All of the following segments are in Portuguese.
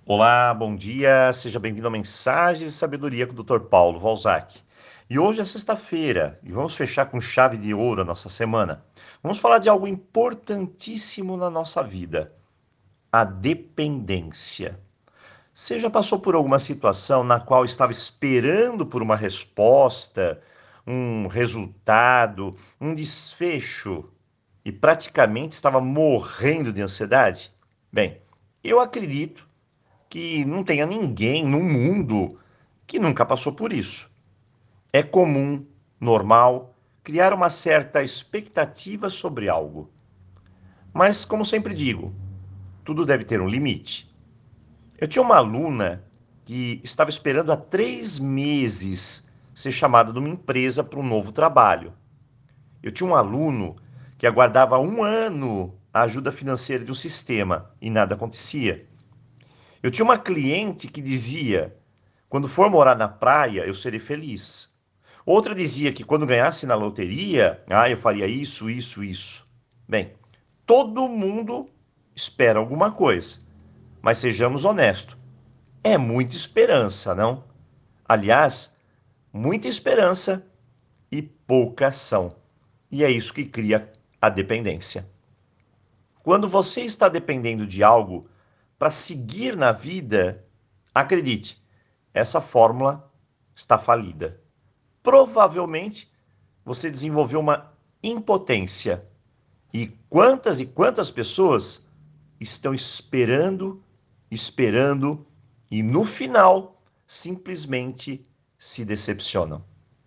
Olá, bom dia, seja bem-vindo a Mensagens de Sabedoria com o Dr. Paulo Valzac. E hoje é sexta-feira e vamos fechar com chave de ouro a nossa semana. Vamos falar de algo importantíssimo na nossa vida: a dependência. Você já passou por alguma situação na qual estava esperando por uma resposta, um resultado, um desfecho e praticamente estava morrendo de ansiedade? Bem, eu acredito que não tenha ninguém no mundo que nunca passou por isso. É comum, normal, criar uma certa expectativa sobre algo. Mas, como sempre digo, tudo deve ter um limite. Eu tinha uma aluna que estava esperando há 3 meses ser chamada de uma empresa para um novo trabalho. Eu tinha um aluno que aguardava 1 ano a ajuda financeira de um sistema e nada acontecia. Eu tinha uma cliente que dizia: quando for morar na praia, eu serei feliz. Outra dizia que quando ganhasse na loteria, eu faria isso, isso, isso. Bem, todo mundo espera alguma coisa, mas sejamos honestos, é muita esperança, não? Aliás, muita esperança e pouca ação. E é isso que cria a dependência. Quando você está dependendo de algo para seguir na vida, acredite, essa fórmula está falida. Provavelmente você desenvolveu uma impotência. E quantas pessoas estão esperando, esperando e no final simplesmente se decepcionam.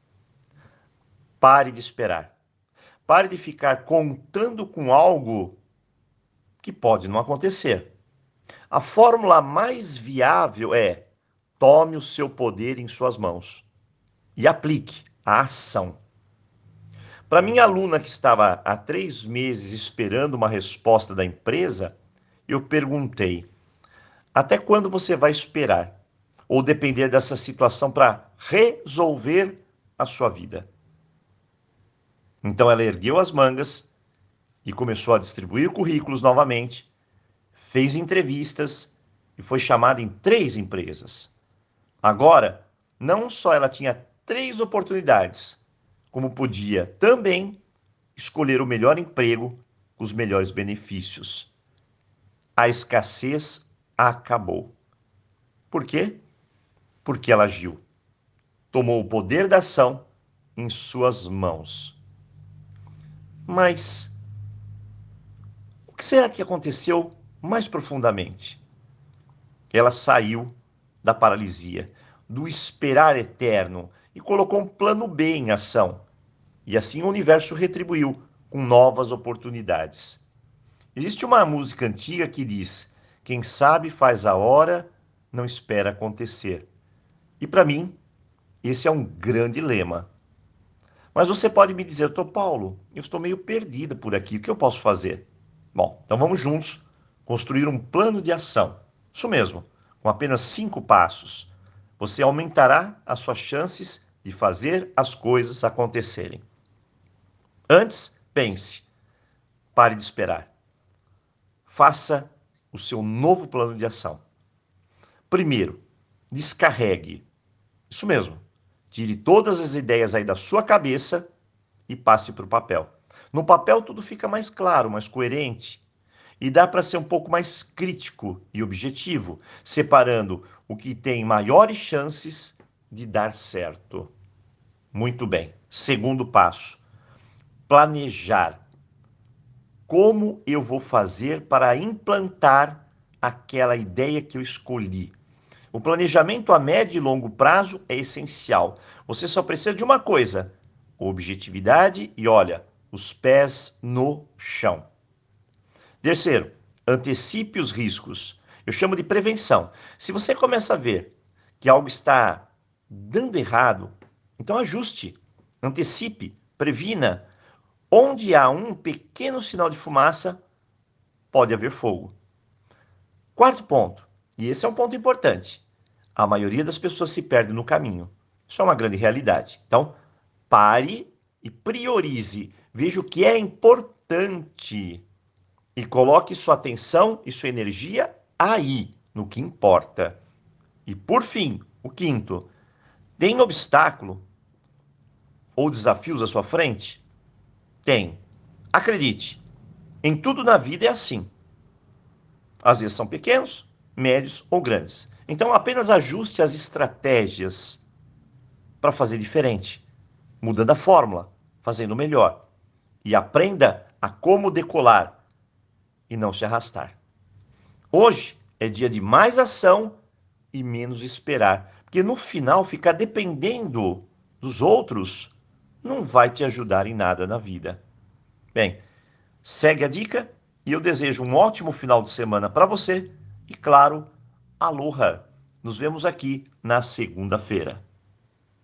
Pare de esperar. Pare de ficar contando com algo que pode não acontecer. A fórmula mais viável é: tome o seu poder em suas mãos e aplique a ação. Para minha aluna que estava há 3 meses esperando uma resposta da empresa, eu perguntei: até quando você vai esperar? Ou depender dessa situação para resolver a sua vida? Então ela ergueu as mangas e começou a distribuir currículos novamente, fez entrevistas e foi chamada em 3 empresas. Agora, não só ela tinha 3 oportunidades, como podia também escolher o melhor emprego com os melhores benefícios. A escassez acabou. Por quê? Porque ela agiu. Tomou o poder da ação em suas mãos. Mas o que será que aconteceu mais profundamente? Ela saiu da paralisia, do esperar eterno e colocou um plano B em ação. E assim o universo retribuiu com novas oportunidades. Existe uma música antiga que diz: quem sabe faz a hora, não espera acontecer. E para mim, esse é um grande lema. Mas você pode me dizer: Tô Paulo, eu estou meio perdida por aqui, o que eu posso fazer? Bom, então vamos juntos construir um plano de ação. Isso mesmo, com apenas 5 passos. Você aumentará as suas chances de fazer as coisas acontecerem. Antes, pense, pare de esperar. Faça o seu novo plano de ação. Primeiro, descarregue. Isso mesmo. Tire todas as ideias aí da sua cabeça e passe para o papel. No papel tudo fica mais claro, mais coerente. E dá para ser um pouco mais crítico e objetivo, separando o que tem maiores chances de dar certo. Muito bem. Segundo passo, planejar. Como eu vou fazer para implantar aquela ideia que eu escolhi? O planejamento a médio e longo prazo é essencial. Você só precisa de uma coisa: objetividade e, olha, os pés no chão. Terceiro, antecipe os riscos. Eu chamo de prevenção. Se você começa a ver que algo está dando errado, então ajuste, antecipe, previna. Onde há um pequeno sinal de fumaça, pode haver fogo. Quarto ponto, e esse é um ponto importante: a maioria das pessoas se perde no caminho. Isso é uma grande realidade. Então, pare e priorize. Veja o que é importante e coloque sua atenção e sua energia aí. no que importa. E por fim, o quinto, tem obstáculo ou desafios à sua frente? Tem. Acredite, em tudo na vida é assim. Às vezes são pequenos, médios ou grandes. Então apenas ajuste as estratégias para fazer diferente, mudando a fórmula, fazendo melhor. E aprenda a como decolar e não se arrastar. Hoje é dia de mais ação e menos esperar, porque no final ficar dependendo dos outros não vai te ajudar em nada na vida. Bem, segue a dica e eu desejo um ótimo final de semana para você e, claro, aloha! Nos vemos aqui na segunda-feira.